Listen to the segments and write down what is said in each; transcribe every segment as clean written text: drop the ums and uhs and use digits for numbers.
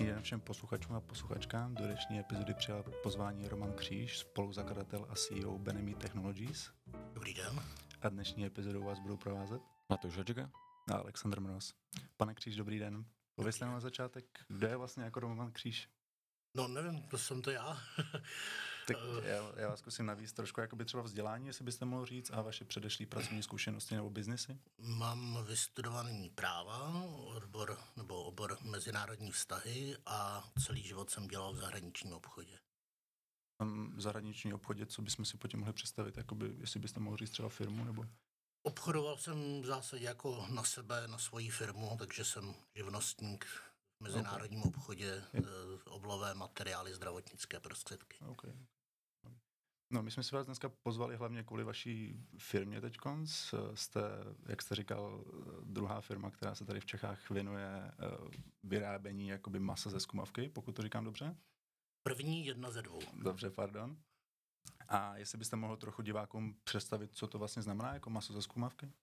Krásný den všem posluchačům a posluchačkám. Do dnešní epizody přijal pozvání Roman Kříž, spoluzakladatel a CEO Benemy Technologies. Dobrý den. A dnešní epizodou vás budou provázet Matouš Hodžega a Alexandr Mroz. Pane Kříž, dobrý den. Povězte nám na začátek, kdo je vlastně jako Roman Kříž? No nevím, to jsem to já. Tak já vás zkusím navíc trošku jakoby třeba vzdělání, jestli byste mohl říct, a vaše předešlé pracovní zkušenosti nebo biznesy. Mám vystudovaný práva, obor mezinárodní vztahy a celý život jsem dělal v zahraničním obchodě. V zahraničním obchodě, co bychom si po tím mohli představit, jakoby, jestli byste mohl říct třeba firmu nebo... Obchodoval jsem v zásadě jako na sebe, na svoji firmu, takže jsem živnostník v mezinárodním obchodě, oblové materiály, zdravotnické prostředky. Okay. No, my jsme si vás dneska pozvali hlavně kvůli vaší firmě teďkonc. Jste, jak jste říkal, druhá firma, která se tady v Čechách věnuje vyrábění jakoby masa ze zkumavky, pokud to říkám dobře? První jedna ze dvou. Dobře, pardon. A jestli byste mohl trochu divákům představit, co to vlastně znamená jako maso ze zkumavky?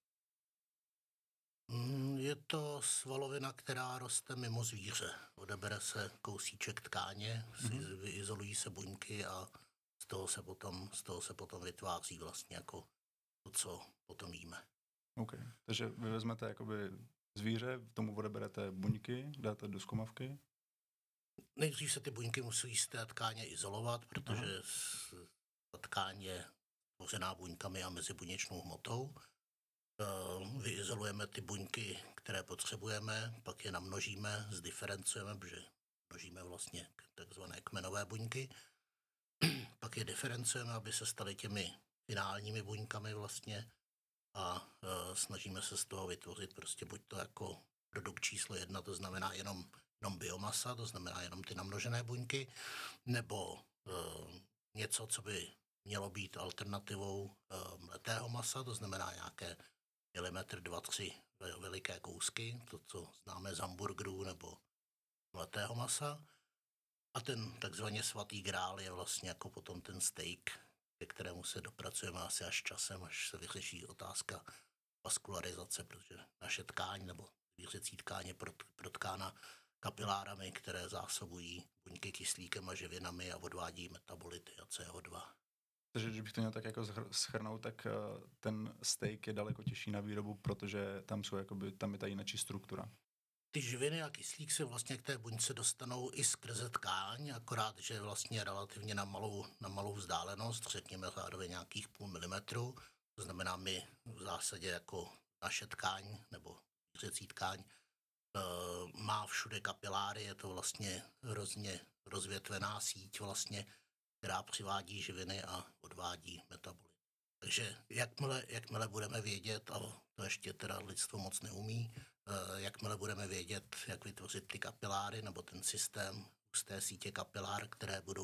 Je to svalovina, která roste mimo zvíře. Odebere se kousíček tkáně, vyizolují se buňky a z toho se potom vytváří vlastně jako to, co potom jíme. OK. Takže vy vezmete jakoby zvíře, tomu odeberete buňky, dáte do zkumavky? Nejdřív se ty buňky musí z té tkáně izolovat, protože ta tkáň je tvořená buňkami a mezibuněčnou hmotou. Vyizolujeme ty buňky, které potřebujeme, pak je namnožíme, zdiferencujeme, protože množíme vlastně takzvané kmenové buňky. Pak je diferencujeme, aby se staly těmi finálními buňkami vlastně a snažíme se z toho vytvořit prostě buď to jako produkt číslo 1, to znamená jenom biomasa, to znamená jenom ty namnožené buňky, nebo něco, co by mělo být alternativou mletého masa, to znamená nějaké milimetr, 2-3 veliké kousky, to, co známe z hamburgerů nebo mletého masa. A ten takzvaně svatý grál je vlastně jako potom ten steak, ke kterému se dopracujeme asi až časem, až se vyřeší otázka vaskularizace, protože naše tkáň nebo zvířecí tkáň je protkána kapilárami, které zásobují buňky kyslíkem a živinami a odvádí metabolity a CO2. Takže když bych to měl tak jako shrnout, tak ten steak je daleko těžší na výrobu, protože tam je ta jináčí struktura. Ty živiny a kyslík se vlastně k té buňce dostanou i skrze tkáň, akorát, že vlastně relativně na malou vzdálenost, řekněme řádově nějakých 0,5 milimetru. To znamená, my v zásadě jako naše tkáň nebo zvířecí tkáň má všude kapiláry, je to vlastně hrozně rozvětvená síť vlastně, která přivádí živiny a odvádí metabolit. Takže jakmile budeme vědět, a to ještě teda lidstvo moc neumí, jakmile budeme vědět, jak vytvořit ty kapiláry nebo ten systém z té sítě kapilár, které budou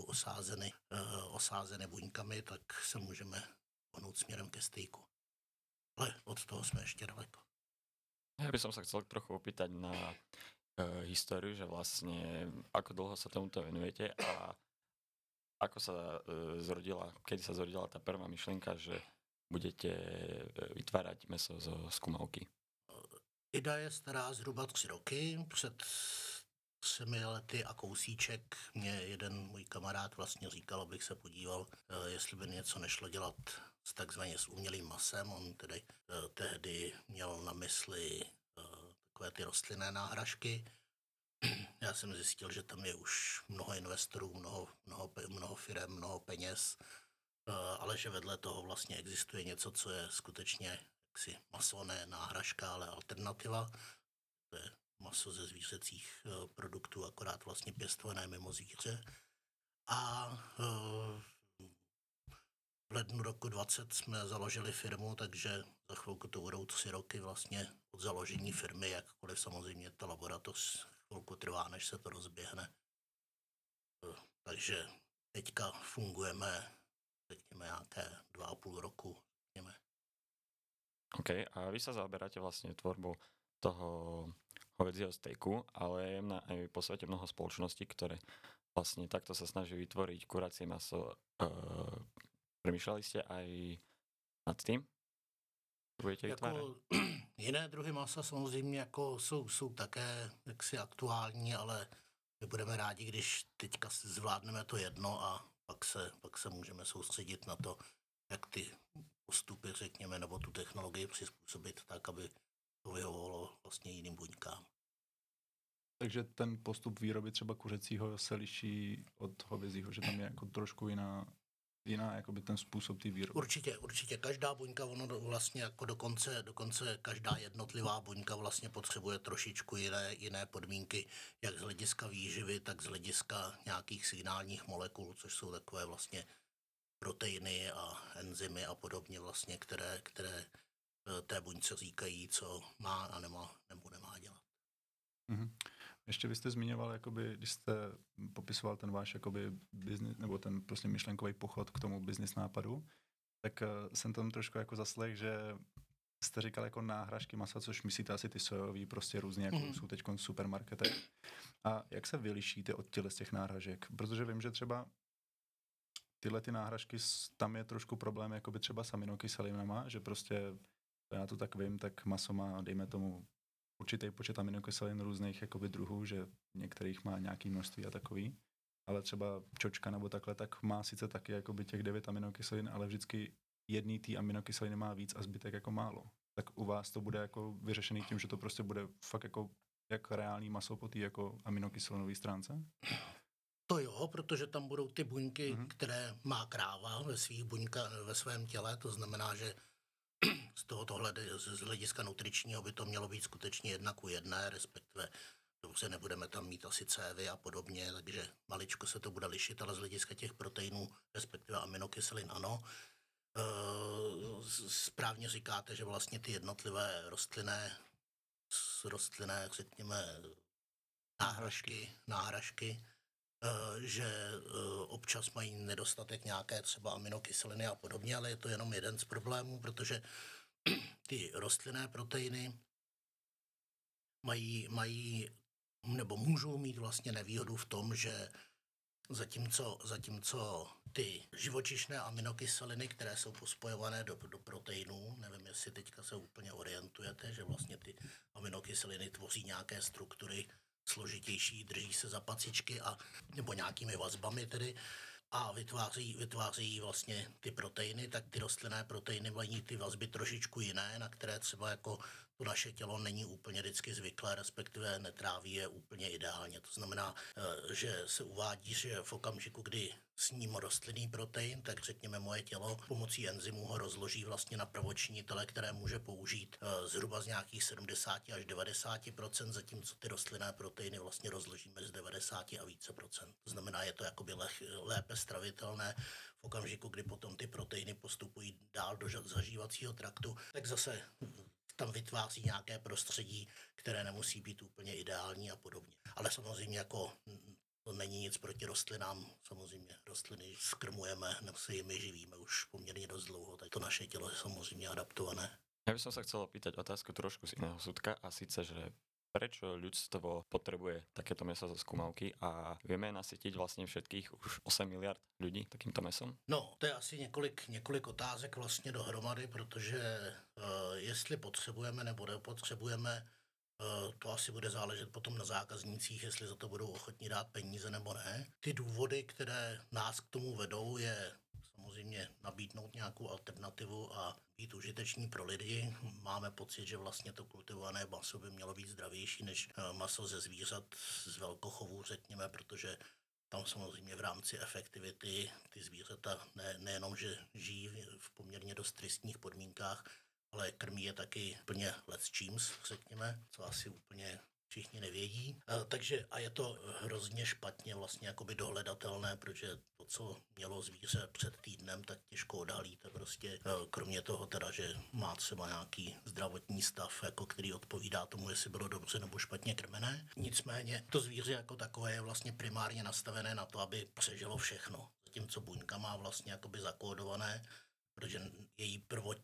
osázeny buňkami, tak se můžeme pohnout směrem ke stejku. Ale od toho jsme ještě daleko. Ja by som sa chcel trochu opýtať na históriu, že vlastne ako dlho sa tomuto venujete a ako sa kedy sa zrodila tá prvá myšlienka, že budete vytvárať mäso zo skumavky? Idea je stará zhruba 3 roky. Před 3 lety a kousíček mě jeden můj kamarád vlastně říkal, abych se podíval, jestli by něco nešlo dělat takzvaně s umělým masem. On tedy tehdy měl na mysli takové ty rostlinné náhražky. Já jsem zjistil, že tam je už mnoho investorů, mnoho firem, mnoho peněz, ale že vedle toho vlastně existuje něco, co je skutečně jaksi maso, ne náhražka, ale alternativa. To je maso ze zvířecích produktů, akorát vlastně pěstované mimo zvíře. A v lednu roku 2020 jsme založili firmu, takže za chvilku to budou 3 roky vlastně od založení firmy, jakkoliv samozřejmě ta laboratoř chvilku trvá, než se to rozběhne. Takže teďka fungujeme, řekněme, nějaké 2,5 roku. Řekněme. OK, a vy sa zaoberáte vlastne tvorbou toho hovedzieho stejku, ale je aj po svete mnoho spoločností, ktoré vlastne takto sa snaží vytvoriť kuracie maso. Premýšľali ste aj nad tým? Budete vytvárať? Jako jiné druhy masa samozřejmě jako jsou také jaksi aktuální, ale My budeme rádi, když teďka zvládneme to jedno a pak se můžeme soustředit na to, jak ty postupy, řekněme, nebo tu technologii přizpůsobit tak, aby to vyhovovalo vlastně jiným buňkám. Takže ten postup výroby třeba kuřecího se liší od hovězího, že tam je jako trošku jiná jakoby ten způsob té výroby. Určitě. Každá buňka, ono vlastně jako dokonce každá jednotlivá buňka vlastně potřebuje trošičku jiné podmínky, jak z hlediska výživy, tak z hlediska nějakých signálních molekul, což jsou takové vlastně proteiny a enzymy a podobně vlastně, které té buňce říkají, co má a nemá nebo nemá dělat. Mhm. Ještě byste zmiňoval, jakoby, když jste popisoval ten váš jakoby business, nebo ten prostě myšlenkový pochod k tomu business nápadu, tak jsem tam trošku jako zaslech, že jste říkal jako náhražky masa, což myslíte asi ty sojový, prostě různě, jako jsou teď v supermarketech. A jak se vy lišíte od z těch náhražek? Protože vím, že třeba tyhle ty náhražky, tam je trošku problém jakoby třeba s aminokyselinama, že prostě, já to tak vím, tak maso má, dejme tomu, určitý počet aminokyselin různých jakoby druhů, že některých má nějaký množství a takový, ale třeba čočka nebo takhle, tak má sice taky jakoby těch 9 aminokyselin, ale vždycky jedný tý aminokyseliny má víc a zbytek jako málo. Tak u vás to bude jako vyřešený tím, že to prostě bude fakt jako jak reálný maso po té jako aminokyselinové stránce? To jo, protože tam budou ty buňky, které má kráva ve svém těle, to znamená, že z tohoto z hlediska nutričního by to mělo být skutečně 1:1, respektive dobře, nebudeme tam mít asi cévy a podobně, takže maličko se to bude lišit, ale z hlediska těch proteinů, respektive aminokyselin, ano. Správně říkáte, že vlastně ty jednotlivé rostlinné, řekněme, náhražky, že občas mají nedostatek nějaké třeba aminokyseliny a podobně, ale je to jenom jeden z problémů, protože ty rostlinné proteiny mají nebo můžou mít vlastně nevýhodu v tom, že zatímco ty živočišné aminokyseliny, které jsou pospojované do proteinů, nevím, jestli teďka se úplně orientujete, že vlastně ty aminokyseliny tvoří nějaké struktury složitější, drží se za pacičky nebo nějakými vazbami tedy a vytváří vlastně ty proteiny, tak ty rostlinné proteiny mají ty vazby trošičku jiné, na které třeba jako to naše tělo není úplně vždycky zvyklé, respektive netráví je úplně ideálně. To znamená, že se uvádí, že v okamžiku, kdy sním rostlinný protein, tak řekněme moje tělo pomocí enzymů ho rozloží vlastně na prvočinitele, které může použít zhruba z nějakých 70 až 90%, zatímco ty rostlinné proteiny vlastně rozložíme z 90 a více procent. To znamená, je to jakoby lépe stravitelné v okamžiku, kdy potom ty proteiny postupují dál do zažívacího traktu, tak zase tam vytváří nějaké prostředí, které nemusí být úplně ideální a podobně. Ale samozřejmě jako to není nic proti rostlinám. Samozřejmě rostliny skrmujeme, nebo se jimi živíme už poměrně dost dlouho, tak to naše tělo je samozřejmě adaptované. Ja by som sa chcel opýtať otázku trošku z iného súdka a síce, že prečo ľudstvo potrebuje takéto meso zo skúmavky a vieme nasytiť vlastne všetkých už 8 miliard ľudí takýmto mesom? No, to je asi několik otázek vlastně dohromady, protože jestli potřebujeme nebo nepotřebujeme, to asi bude záležet potom na zákaznících, jestli za to budou ochotní dát peníze nebo ne. Ty důvody, které nás k tomu vedou, je samozřejmě nabídnout nějakou alternativu a být užiteční pro lidi. Máme pocit, že vlastně to kultivované maso by mělo být zdravější než maso ze zvířat z velkochovů, řekněme, protože tam samozřejmě v rámci efektivity ty zvířata nejenom, že žijí v poměrně dost tristních podmínkách, ale krmí je taky plně letčíms, řekněme, co asi úplně všichni nevědí. Takže a je to hrozně špatně vlastně jakoby dohledatelné, protože to, co mělo zvíře před týdnem, tak těžko odhalíte prostě. Kromě toho teda, že má třeba nějaký zdravotní stav, jako který odpovídá tomu, jestli bylo dobře nebo špatně krmené. Nicméně to zvíře jako takové je vlastně primárně nastavené na to, aby přežilo všechno. Zatímco buňka má vlastně jakoby zakódované, protože její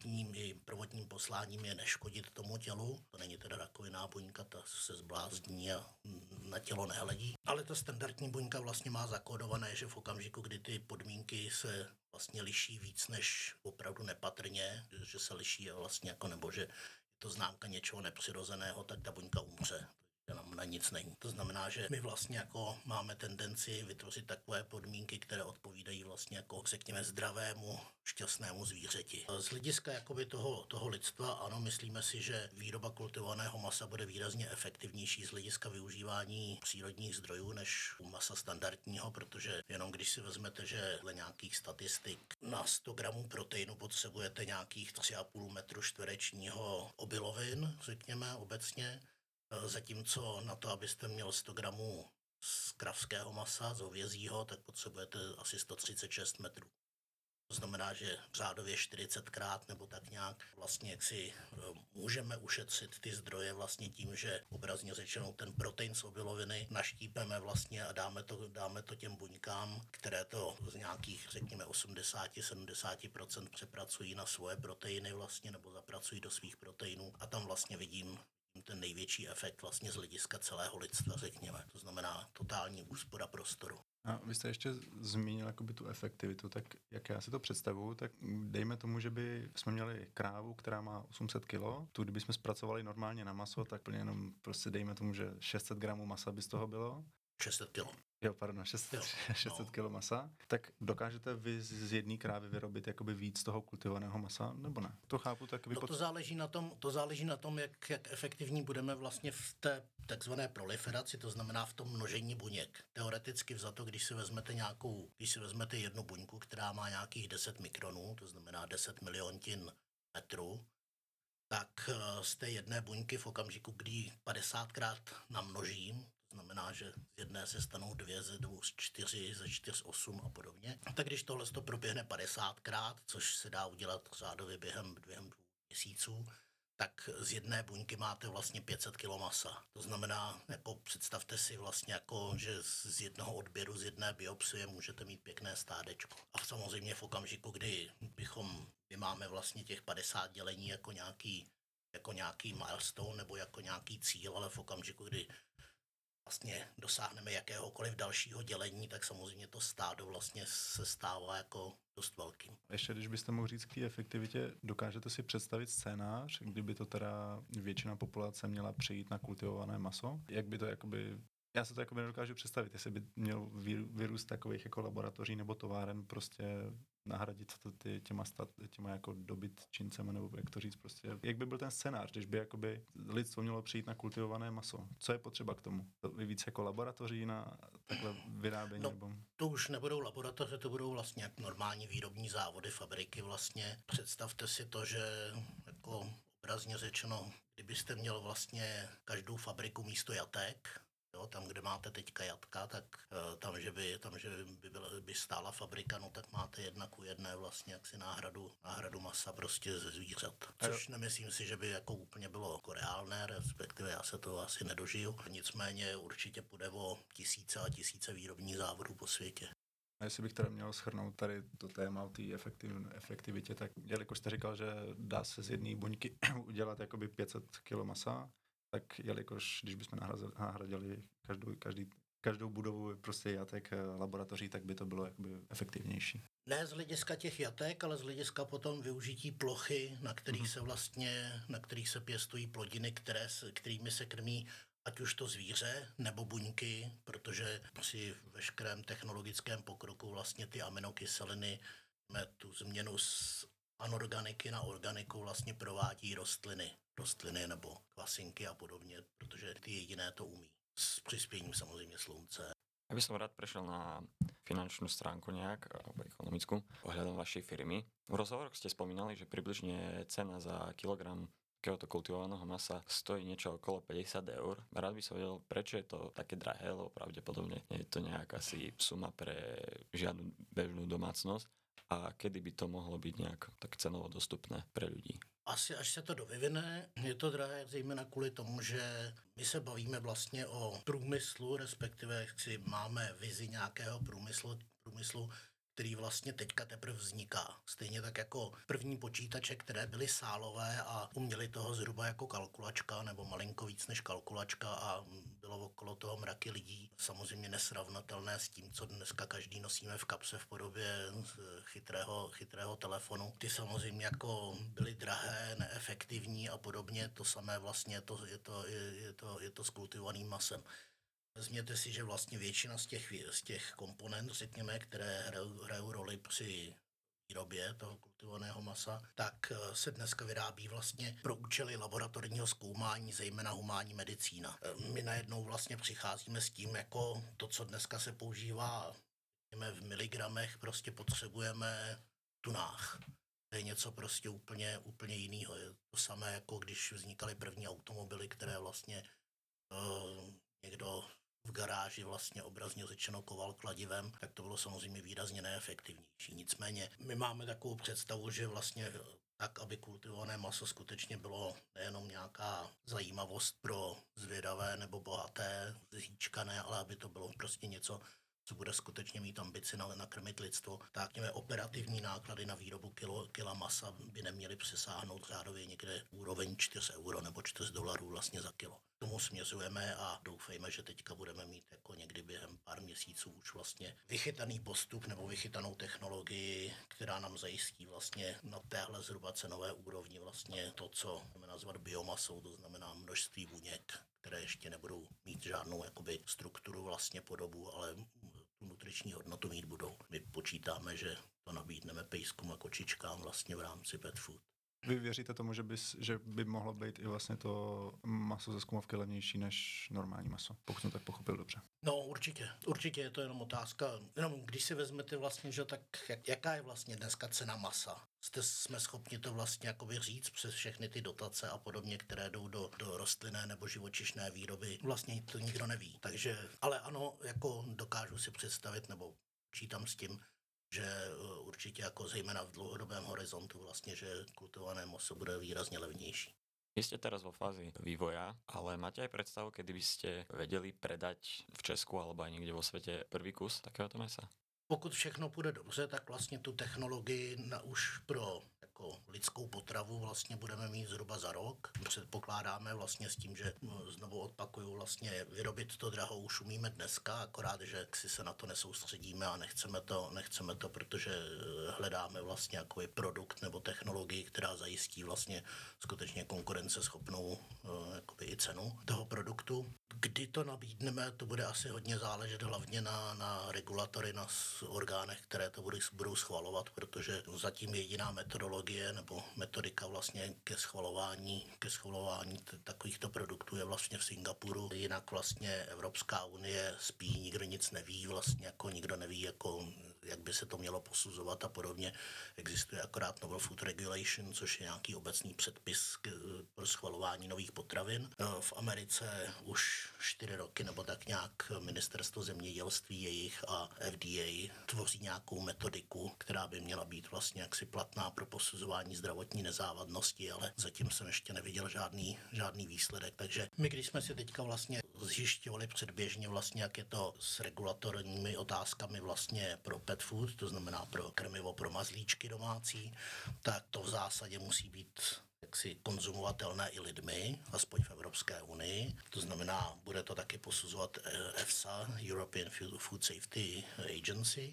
prvotním posláním je neškodit tomu tělu. To není teda rakoviná buňka, ta se zblázní a na tělo nehledí. Ale ta standardní buňka vlastně má zakódované, že v okamžiku, kdy ty podmínky se vlastně liší víc než opravdu nepatrně, že se liší vlastně jako nebo že je to známka něčeho nepřirozeného, tak ta buňka umře. že nám na nic není. To znamená, že my vlastně jako máme tendenci vytvořit takové podmínky, které odpovídají vlastně jako řekněme zdravému, šťastnému zvířeti. Z hlediska jakoby toho lidstva, ano, myslíme si, že výroba kultivovaného masa bude výrazně efektivnější z hlediska využívání přírodních zdrojů než u masa standardního, protože jenom když si vezmete, že dle nějakých statistik na 100 gramů proteinu potřebujete nějakých 3,5 metru čtverečního obilovin, řekněme obecně, zatímco na to, abyste měl 100 gramů z kravského masa, z hovězího, tak potřebujete asi 136 metrů. To znamená, že řádově 40krát nebo tak nějak vlastně jak si můžeme ušetřit ty zdroje vlastně tím, že obrazně řečeno ten protein z obiloviny naštípeme vlastně a dáme to těm buňkám, které to z nějakých řekněme 80-70% přepracují na svoje proteiny vlastně nebo zapracují do svých proteinů a tam vlastně vidím ten největší efekt vlastně z hlediska celého lidstva, řekněme. To znamená totální úspora prostoru. A vy jste ještě zmínil jakoby tu efektivitu, tak jak já si to představuju, tak dejme tomu, že by jsme měli krávu, která má 800 kg, tu kdybychom zpracovali normálně na maso, tak plně jenom prostě dejme tomu, že 600 gramů masa by z toho bylo. 600 kg. Jo, pardon, 600 kg masa. Tak dokážete vy z jedné krávy vyrobit jakoby víc toho kultivovaného masa, nebo ne? To chápu tak. No to záleží na tom, jak efektivní budeme vlastně v té takzvané proliferaci, to znamená v tom množení buněk. Teoreticky vzato, když si vezmete jednu buňku, která má nějakých 10 mikronů, to znamená 10 miliontin metru, tak z té jedné buňky v okamžiku, kdy 50krát namnožím, to znamená, že z jedné se stanou 2, ze 2 z 4, ze 4 z 8 a podobně. Tak když tohle to proběhne 50krát, což se dá udělat řádově během 2 měsíců, tak z jedné buňky máte vlastně 500 kg masa. To znamená, jako představte si vlastně jako, že z jednoho odběru, z jedné biopsie můžete mít pěkné stádečko. A samozřejmě v okamžiku, kdy my máme vlastně těch 50 dělení jako nějaký milestone nebo jako nějaký cíl, ale v okamžiku, kdy vlastně dosáhneme jakéhokoliv dalšího dělení, tak samozřejmě to stádo vlastně se stává jako dost velkým. Ještě když byste mohl říct k té efektivitě, dokážete si představit scénář, kdyby to teda většina populace měla přejít na kultivované maso? Jak by to jakoby... Já se to jakoby nedokážu představit, jestli by měl vyrůst takových jako laboratoří nebo továren prostě nahradit to těma jako dobytčincema, nebo jak to říct prostě. Jak by byl ten scénář, když by jakoby lidstvo mělo přijít na kultivované maso? Co je potřeba k tomu? To by víc jako laboratoří na takhle vyrábění? No, nebo... to už nebudou laboratoře, to budou vlastně jak normální výrobní závody, fabriky vlastně. Představte si to, že jako obrazně řečeno, kdybyste měl vlastně každou fabriku místo jatek, jo, tam, kde máte teďka jatka, tak tam, že by stála fabrika, no tak máte 1:1 vlastně jaksi náhradu masa prostě ze zvířat. Což nemyslím si, že by jako úplně bylo jako reálné, respektive já se to asi nedožiju. Nicméně určitě půjde o tisíce a tisíce výrobních závodů po světě. A jestli bych teda měl shrnout tady to téma o té efektivitě, tak jelikož jste říkal, že dá se z jedné buňky udělat jakoby 500 kg masa, tak jelikož, když bychom nahradili každou budovu prostě jatek laboratoří, tak by to bylo jakoby efektivnější. Ne z hlediska těch jatek, ale z hlediska potom využití plochy, na kterých se pěstují plodiny, kterými se krmí ať už to zvíře nebo buňky, protože při veškerém technologickém pokroku vlastně ty aminokyseliny, tu změnu z anorganiky na organiku vlastně provádí rostliny nebo kvasinky a podobně, protože ty jediné to umí. S přispěním samozřejmě slunce. Ja by som rád prešiel na finančnú stránku nejak, alebo ekonomickú, ohľadom vašej firmy. V rozhovoroch ste spomínali, že približne cena za kilogram takéhoto kultivovaného masa stojí niečo okolo 50 eur. Rád by som vedel, prečo je to také drahé, lebo pravdepodobne nie je to nejaká asi suma pre žiadnu bežnú domácnosť. A kedy by to mohlo byť nejak tak cenovo dostupné pre ľudí? Asi až se to dovyvine, je to drahé zejména kvůli tomu, že my se bavíme vlastně o průmyslu, respektive máme vizi nějakého průmyslu, který vlastně teďka teprve vzniká. Stejně tak jako první počítače, které byly sálové a uměly toho zhruba jako kalkulačka nebo malinko víc než kalkulačka a bylo okolo toho mraky lidí. Samozřejmě nesrovnatelné s tím, co dneska každý nosíme v kapse v podobě chytrého telefonu. Ty samozřejmě jako byly drahé, neefektivní a podobně. To samé vlastně je to s kultivovaným masem. Vezměte si, že vlastně většina z těch komponent, řekněme, které hrajou roli při výrobě toho kultivovaného masa, tak se dneska vyrábí vlastně pro účely laboratorního zkoumání, zejména humánní medicína. My najednou vlastně přicházíme s tím, jako to, co dneska se používá v miligramech, prostě potřebujeme v tunách. To je něco prostě úplně jiného. Je to samé, jako když vznikaly první automobily, které vlastně někdo v garáži vlastně obrazně řečeno koval kladivem, tak to bylo samozřejmě výrazně neefektivnější. Nicméně my máme takovou představu, že vlastně tak, aby kultivované maso skutečně bylo nejenom nějaká zajímavost pro zvědavé nebo bohaté, zhýčkané, ale aby to bylo prostě něco, co bude skutečně mít ambici nakrmit lidstvo, tak těmi operativní náklady na výrobu kila masa by neměly přesáhnout řádově někde úroveň 4 euro nebo $4 vlastně za kilo. K tomu směřujeme a doufejme, že teďka budeme mít jako někdy během pár měsíců už vlastně vychytaný postup nebo vychytanou technologii, která nám zajistí vlastně na téhle zhruba cenové úrovni vlastně to, co můžeme nazvat biomasou, to znamená množství buněk, které ještě nebudou mít žádnou jakoby strukturu vlastně podobu, ale tu nutriční hodnotu mít budou. My počítáme, že to nabídneme pejskům a kočičkám vlastně v rámci pet food. Vy věříte tomu, že by mohlo být i vlastně to maso ze zkumavky levnější než normální maso, pokud jsem tak pochopil dobře? No určitě je to jenom otázka, jenom když si vezmete vlastně, že tak jaká je vlastně dneska cena masa? Jsme schopni to vlastně jakoby říct přes všechny ty dotace a podobně, které jdou do rostlinné nebo živočišné výroby, vlastně to nikdo neví. Takže, ale ano, jako dokážu si představit nebo počítám s tím, že určitě jako zejména v dlouhodobém horizontu vlastně, že kultivované maso bude výrazně levnější. Vy ste teraz vo fázi vývoja, ale máte aj predstavu, kedy by ste vedeli predať v Česku alebo aj niekde vo svete prvý kus takéhoto mesa? Pokud všechno půjde dobře, tak vlastně tu technologii už pro jako lidskou potravu vlastně budeme mít zhruba za rok. Předpokládáme vlastně s tím, že znovu odpakuju, vlastně vyrobit to draho už umíme dneska, akorát, že si se na to nesoustředíme a nechceme to, protože hledáme vlastně jako produkt nebo technologii, která zajistí vlastně skutečně konkurenceschopnou jakoby i cenu toho produktu. Kdy to nabídneme, to bude asi hodně záležet hlavně na regulatory, na orgánech, které to budou schvalovat, protože zatím jediná metodologie nebo metodika vlastně ke schvalování takovýchto produktů je vlastně v Singapuru. Jinak vlastně Evropská unie spí, nikdo nic neví, vlastně jako nikdo neví, jako jak by se to mělo posuzovat a podobně. Existuje akorát Novel Food Regulation, což je nějaký obecný předpis pro schvalování nových potravin. V Americe už 4 roky nebo tak nějak ministerstvo zemědělství jejich a FDA tvoří nějakou metodiku, která by měla být vlastně jaksi platná pro posuzování zdravotní nezávadnosti, ale zatím jsem ještě neviděl žádný výsledek. Takže my, když jsme si teďka vlastně zjišťovali předběžně vlastně, jak je to s regulatorními otázkami vlastně pro pet food, to znamená pro krmivo pro mazlíčky domácí, tak to v zásadě musí být jaksi konzumovatelné i lidmi, aspoň v Evropské unii. To znamená, bude to taky posuzovat EFSA, European Food Safety Agency,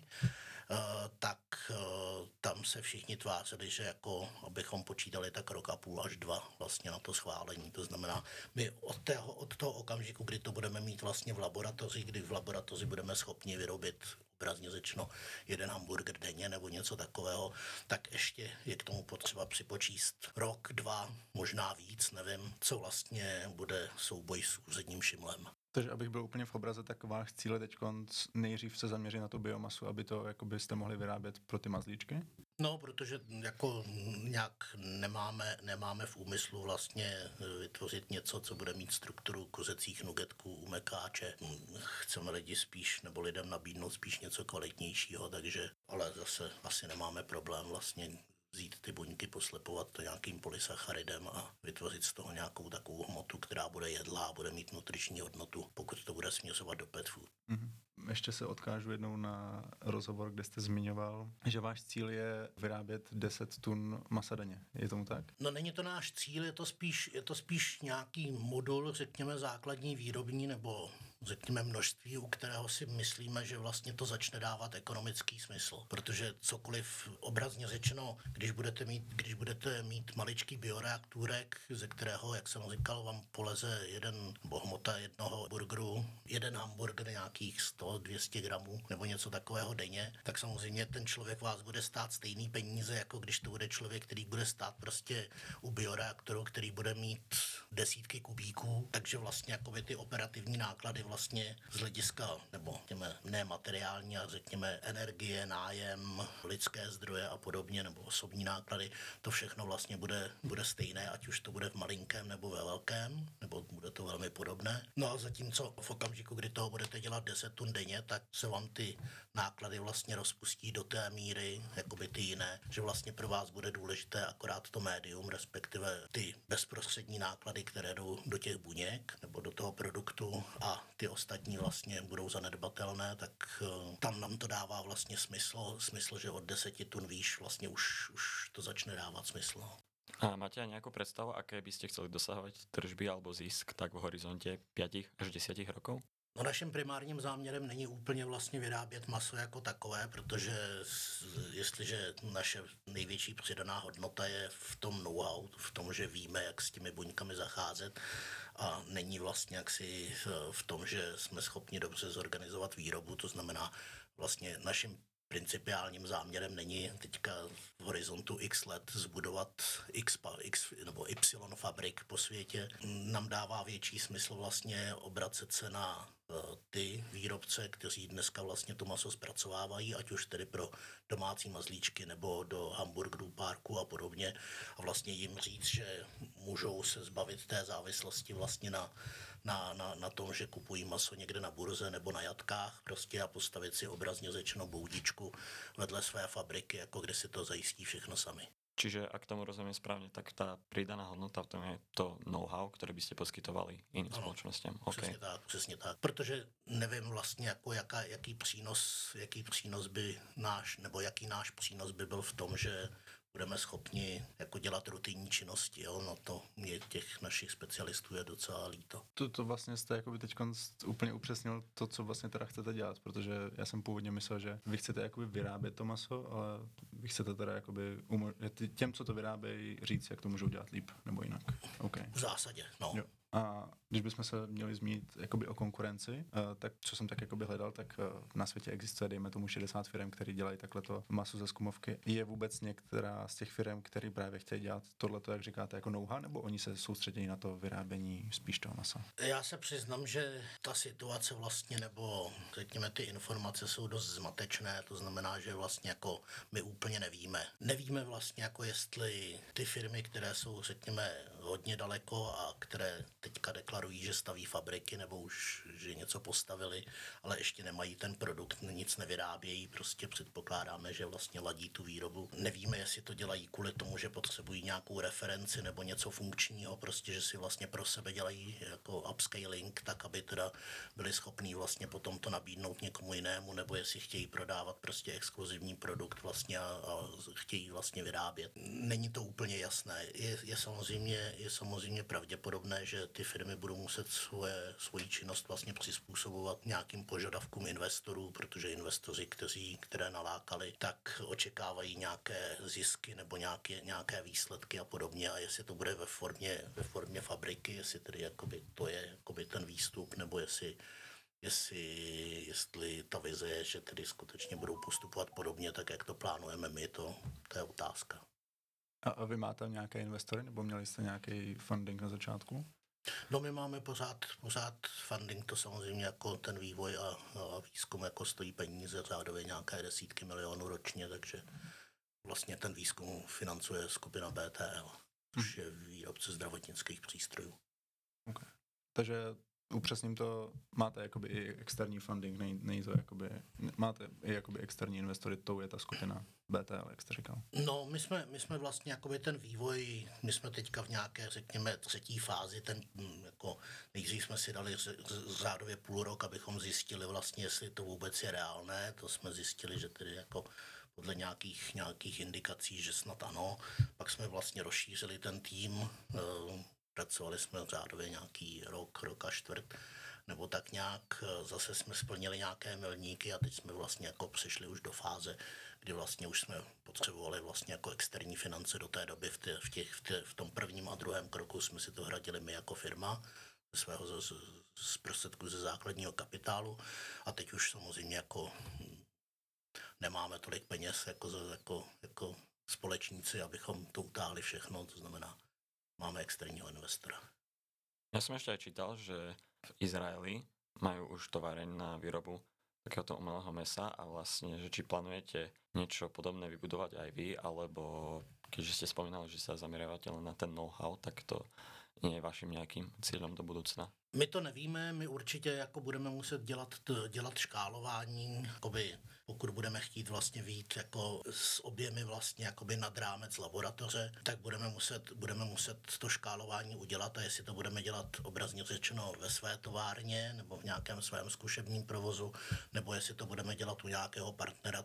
tak tam se všichni tvářili, že jako abychom počítali tak rok a půl až 2 vlastně na to schválení. To znamená, my od toho okamžiku, kdy to budeme mít vlastně v laboratoři, kdy v laboratoři budeme schopni vyrobit obrazně řečeno 1 hamburger denně nebo něco takového, tak ještě je k tomu potřeba připočíst rok, 2, možná víc, nevím, co vlastně bude souboj s úředním šimlem. Takže abych byl úplně v obraze, tak váš cíl je teď nejdřív se zaměřit na tu biomasu, aby to jako byste mohli vyrábět pro ty mazlíčky? No, protože jako nějak nemáme v úmyslu vlastně vytvořit něco, co bude mít strukturu kořecích nugetků u mekáče. Chceme lidi spíš, nebo lidem nabídnout spíš něco kvalitnějšího, takže, ale zase asi nemáme problém vlastně vzít ty buňky, poslepovat to nějakým polysacharidem a vytvořit z toho nějakou takovou hmotu, která bude jedlá a bude mít nutriční hodnotu, pokud to bude směřovat do pet food. ještě se odkážu jednou na rozhovor, kde jste zmiňoval, že váš cíl je vyrábět 10 tun masa denně. Je tomu tak? No není to náš cíl, je to spíš nějaký modul, řekněme základní výrobní nebo řekněme množství, u kterého si myslíme, že vlastně to začne dávat ekonomický smysl. Protože cokoliv obrazně řečeno, když budete mít maličký bioreaktůrek, ze kterého, jak jsem říkal, vám poleze hmota jednoho burgeru, jeden hamburger nějakých 100-200 gramů nebo něco takového denně, tak samozřejmě ten člověk vás bude stát stejný peníze, jako když to bude člověk, který bude stát prostě u bioreaktoru, který bude mít desítky kubíků, takže vlastně jakoby ty operativní náklady vlastně z hlediska, nebo řekněme, ne materiální, a řekněme energie, nájem, lidské zdroje a podobně, nebo osobní náklady, to všechno vlastně bude stejné, ať už to bude v malinkém nebo ve velkém, nebo bude to velmi podobné. No a zatímco v okamžiku, kdy toho budete dělat 10 tun denně, tak se vám ty náklady vlastně rozpustí do té míry, jakoby ty jiné, že vlastně pro vás bude důležité akorát to médium, respektive ty bezprostřední náklady, které jdou do těch buněk nebo do toho produktu, a ty ostatní vlastně budou zanedbatelné, tak tam nám to dává vlastně smysl, že od 10 tun výš vlastně už to začne dávat smysl. A máte aj nejakú predstavu, aké by ste chceli dosahovať tržby alebo zisk tak v horizonte 5 až 10 rokov? No, naším primárním záměrem není úplně vlastně vyrábět maso jako takové, protože jestliže naše největší přidaná hodnota je v tom know-how, v tom, že víme, jak s těmi buňkami zacházet, a není vlastně jaksi v tom, že jsme schopni dobře zorganizovat výrobu, to znamená vlastně naším principiálním záměrem není teďka v horizontu x let zbudovat x nebo y fabrik po světě. Nám dává větší smysl vlastně obracet se na ty výrobce, kteří dneska vlastně to maso zpracovávají, ať už tedy pro domácí mazlíčky nebo do hamburgerů, párku a podobně, a vlastně jim říct, že můžou se zbavit té závislosti vlastně na tom, že kupují maso někde na burze nebo na jatkách prostě, a postavit si obrazně řečeno boudičku vedle své fabriky, jako kde si to zajistí všechno sami. Čiže ak tomu rozumiem správne, tak tá pridaná hodnota v tom je to know-how, ktoré by ste poskytovali iným spoločnostiam. Přesně tak. Protože nevím vlastně, jako jaký přínos by jaký náš přínos by byl v tom, že budeme schopni jako dělat rutinní činnosti. Jo? No to mě těch našich specialistů je docela líto. To vlastně jste jakoby teď úplně upřesnil to, co vlastně teda chcete dělat, protože já jsem původně myslel, že vy chcete jakoby vyrábět to maso, ale vy chcete teda jakoby těm, co to vyrábějí, říct, jak to můžou dělat líp nebo jinak. Okay. V zásadě, no. Jo. A když bychom se měli zmínit jakoby o konkurenci, tak co jsem tak jakoby hledal, tak na světě existuje, dejme tomu 60 firm, který dělají takhleto maso ze skumovky. Je vůbec některá z těch firm, který právě chtějí dělat tohleto, jak říkáte, jako know-how, nebo oni se soustředí na to vyrábění spíš toho masa? Já se přiznám, že ta situace vlastně, nebo řekněme ty informace jsou dost zmatečné, to znamená, že vlastně jako my úplně nevíme. Nevíme vlastně jako jestli ty firmy, které jsou řekněme hodně daleko a které teďka deklarují, že staví fabriky nebo už, že něco postavili, ale ještě nemají ten produkt, nic nevyrábějí, prostě předpokládáme, že vlastně ladí tu výrobu. Nevíme, jestli to dělají kvůli tomu, že potřebují nějakou referenci nebo něco funkčního, prostě, že si vlastně pro sebe dělají jako upscaling, tak aby teda byli schopní vlastně potom to nabídnout někomu jinému, nebo jestli chtějí prodávat prostě exkluzivní produkt vlastně a chtějí vlastně vyrábět. Není to úplně jasné. Je samozřejmě pravděpodobné, že ty firmy budou muset svoji činnost vlastně přizpůsobovat nějakým požadavkům investorů, protože investoři, které nalákali, tak očekávají nějaké zisky nebo nějaké výsledky a podobně, a jestli to bude ve formě fabriky, jestli tedy jakoby to je jakoby ten výstup, nebo jestli ta vize je, že tedy skutečně budou postupovat podobně, tak jak to plánujeme my, to je otázka. A vy máte nějaké investory, nebo měli jste nějaký funding na začátku? No, my máme pořád funding, to samozřejmě jako ten vývoj a výzkum jako stojí peníze, řádově nějaké desítky milionů ročně, takže vlastně ten výzkum financuje skupina BTL, což je výrobce zdravotnických přístrojů. Okay. Takže upřesním to, máte jakoby i externí funding, není to jakoby, máte i jakoby externí investory, to je ta skupina BTL, jak jste říkal. No, my jsme vlastně jakoby ten vývoj, my jsme teďka v nějaké, řekněme, třetí fázi, jako nejdřív jsme si dali řádově půl rok, abychom zjistili vlastně, jestli to vůbec je reálné, to jsme zjistili, že tedy jako podle nějakých indikací, že snad ano, pak jsme vlastně rozšířili ten tým, pracovali jsme řádově nějaký rok a čtvrt, nebo tak nějak, zase jsme splnili nějaké milníky a teď jsme vlastně jako přišli už do fáze, kdy vlastně už jsme potřebovali vlastně jako externí finance do té doby. V tom prvním a druhém kroku jsme si to hradili my jako firma z prostředků ze základního kapitálu a teď už samozřejmě jako nemáme tolik peněz jako společníci, abychom to utáhli všechno, to znamená, máme externího investora. Ja som ešte aj čítal, že v Izraeli majú už továreň na výrobu takéhoto umelého mesa a vlastne, že či plánujete niečo podobné vybudovať aj vy, alebo keďže ste spomínali, že sa zameriavate len na ten know-how, tak to nie je vašim nejakým cieľom do budoucna? My to nevíme, my určitě jako budeme muset dělat škálování, jakoby, pokud budeme chtít vlastně vyjít jako s objemy vlastně jakoby nad rámec laboratoře, tak budeme muset to škálování udělat a jestli to budeme dělat obrazně řečeno ve své továrně nebo v nějakém svém zkušebním provozu, nebo jestli to budeme dělat u nějakého partnera,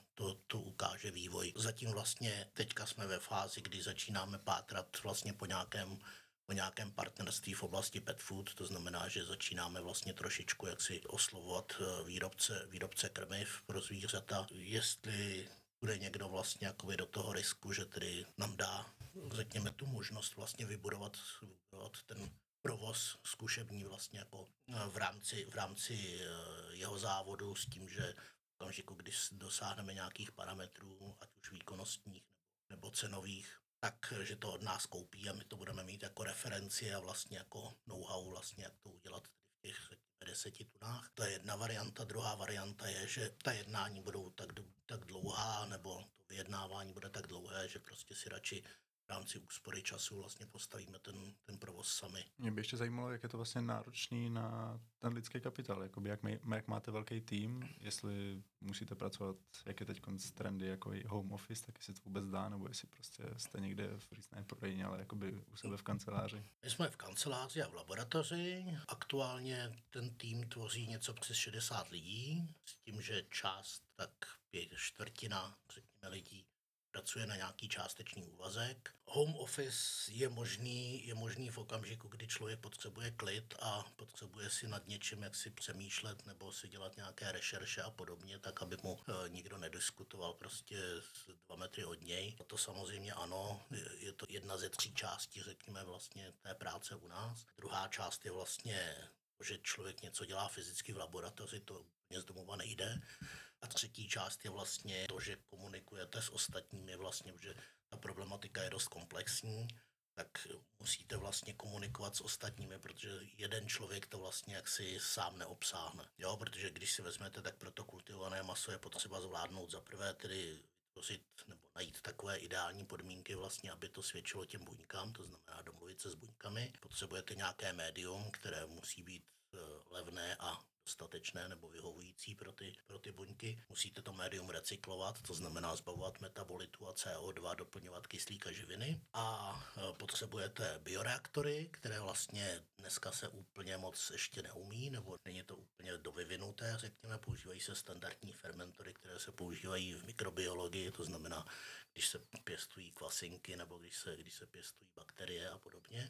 to ukáže vývoj. Zatím vlastně teďka jsme ve fázi, kdy začínáme pátrat vlastně po nějakém partnerství v oblasti pet food, to znamená, že začínáme vlastně trošičku jaksi oslovovat výrobce krmiv pro zvířata. Jestli bude někdo vlastně jakoby do toho risku, že tedy nám dá, řekněme, tu možnost vlastně vybudovat ten provoz zkušební vlastně jako v rámci jeho závodu s tím, že v okamžiku, když dosáhneme nějakých parametrů, ať už výkonnostních nebo cenových, tak, že to od nás koupí a my to budeme mít jako referenci a vlastně jako know-how vlastně, jak to udělat v těch 10 tunách. To je jedna varianta. Druhá varianta je, že ta jednání budou tak dlouhá, nebo to vyjednávání bude tak dlouhé, že prostě si radši v rámci úspory času vlastně postavíme ten provoz sami. Mě by ještě zajímalo, jak je to vlastně náročný na ten lidský kapitál, jakoby jak máte velký tým, jestli musíte pracovat, jak je teď trendy jako i home office, tak jestli to vůbec dá, nebo jestli prostě jste někde v různé prodejně, ale jakoby u sebe v kanceláři. My jsme v kanceláři a v laboratoři. Aktuálně ten tým tvoří něco přes 60 lidí, s tím, že část, tak 1/4, řekněme, lidí pracuje na nějaký částečný úvazek. Home office je možný v okamžiku, kdy člověk potřebuje klid a potřebuje si nad něčím jak si přemýšlet nebo si dělat nějaké rešerše a podobně, tak aby mu nikdo nediskutoval prostě 2 metry od něj. A to samozřejmě ano, je to jedna ze 3 částí, řekněme, vlastně té práce u nás. Druhá část je vlastně, že člověk něco dělá fyzicky v laboratoři, to úplně z domova nejde. A třetí část je vlastně to, že komunikujete s ostatními vlastně, že ta problematika je dost komplexní, tak musíte vlastně komunikovat s ostatními, protože jeden člověk to vlastně jaksi sám neobsáhne. Jo, protože když si vezmete, tak pro to kultivované maso je potřeba zvládnout za prvé tedy vytvořit nebo najít takové ideální podmínky vlastně, aby to svědčilo těm buňkám, to znamená domluvit se s buňkami. Potřebujete nějaké médium, které musí být levné a dostatečné nebo vyhovující pro ty buňky. Musíte to médium recyklovat, to znamená zbavovat metabolitu a CO2, doplňovat kyslík a živiny. A potřebujete bioreaktory, které vlastně dneska se úplně moc ještě neumí, nebo není to úplně dovyvinuté, řekněme, používají se standardní fermentory, které se používají v mikrobiologii, to znamená, když se pěstují kvasinky nebo když se pěstují bakterie a podobně.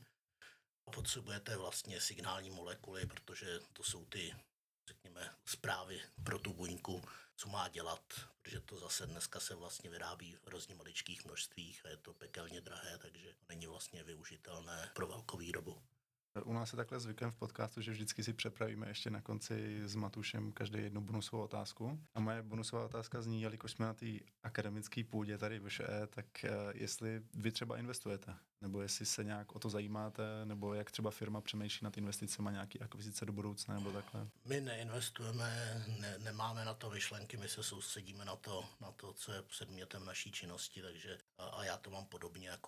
A potřebujete vlastně signální molekuly, protože to jsou ty, řekněme, zprávy pro tu buňku, co má dělat, protože to zase dneska se vlastně vyrábí v hrozně maličkých množstvích a je to pekelně drahé, takže není vlastně využitelné pro velkovýrobu. U nás je takhle zvykem v podcastu, že vždycky si přepravíme ještě na konci s Matušem každý jednu bonusovou otázku. A moje bonusová otázka zní, jelikož jsme na té akademické půdě tady v ŠE, tak jestli vy třeba investujete, nebo jestli se nějak o to zajímáte, nebo jak třeba firma přemýšlí nad investicemi, nějaký akvizice do budoucna, nebo takhle. My neinvestujeme, nemáme na to myšlenky, my se soustředíme na to, co je předmětem naší činnosti, takže a já to mám podobně jako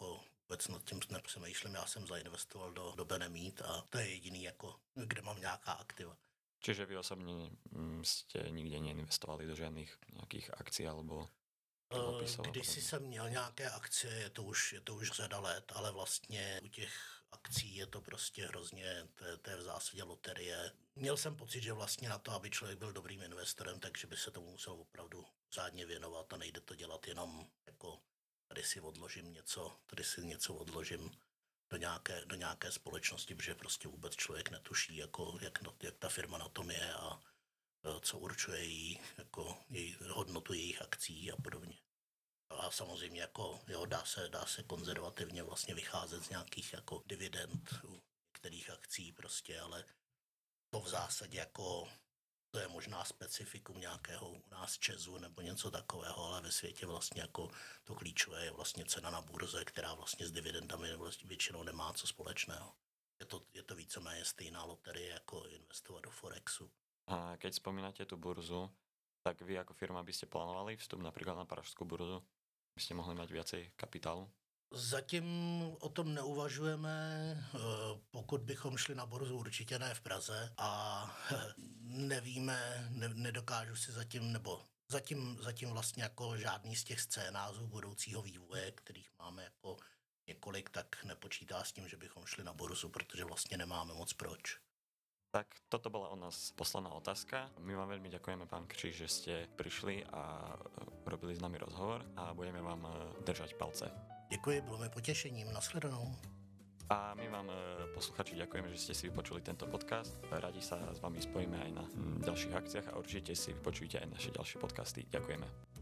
vůbec nad tím nepřemýšlím, já jsem zainvestoval do Benemít a to je jediný, jako, kde mám nějaká aktiva. Čiže vy osobne ste nikde neinvestovali do žiadnych nejakých akcií alebo dluhopisov? Když jsem měl nějaké akcie, je to už řada let, ale vlastně u těch akcí je to prostě hrozně, to je v zásadě loterie. Měl jsem pocit, že vlastně na to, aby člověk byl dobrým investorem, takže by se tomu musel opravdu řádně věnovat a nejde to dělat jenom jako tady si odložím něco, tady si něco odložím do nějaké společnosti, protože prostě vůbec člověk netuší, jako, jak ta firma na tom je a co určuje její hodnotu jejich akcí a podobně. A samozřejmě jako, jo, dá se konzervativně vlastně vycházet z nějakých jako dividend u některých akcí prostě, ale to v zásadě jako to je možná specifikum nějakého u nás ČEZu nebo něco takového, ale ve světě vlastně jako to klíčové je vlastně cena na burze, která vlastně s dividendami vlastně většinou nemá co společného. Je to víceméně stejná loterie jako investovat do Forexu. A keď spomínate tú burzu, tak vy ako firma by ste plánovali vstup napríklad na pražskú burzu? By ste mohli mať viacej kapitálu? Zatím o tom neuvažujeme, pokud bychom šli na burzu, určitě ne v Praze a nevíme, nedokážu si zatím vlastně jako žádný z těch scénářů budoucího vývoje, kterých máme jako několik, tak nepočítá s tím, že bychom šli na burzu, protože vlastně nemáme moc proč. Tak toto bola od nás poslaná otázka. My vám veľmi ďakujeme, pán Kříž, že ste prišli a robili s nami rozhovor a budeme vám držať palce. Děkuji, bylo mi potěšením. Nashledanou. A my vám, posluchači, ďakujeme, že ste si vypočuli tento podcast. Radi sa s vami spojíme aj na ďalších akciách a určite si vypočujte aj naše ďalšie podcasty. Ďakujeme.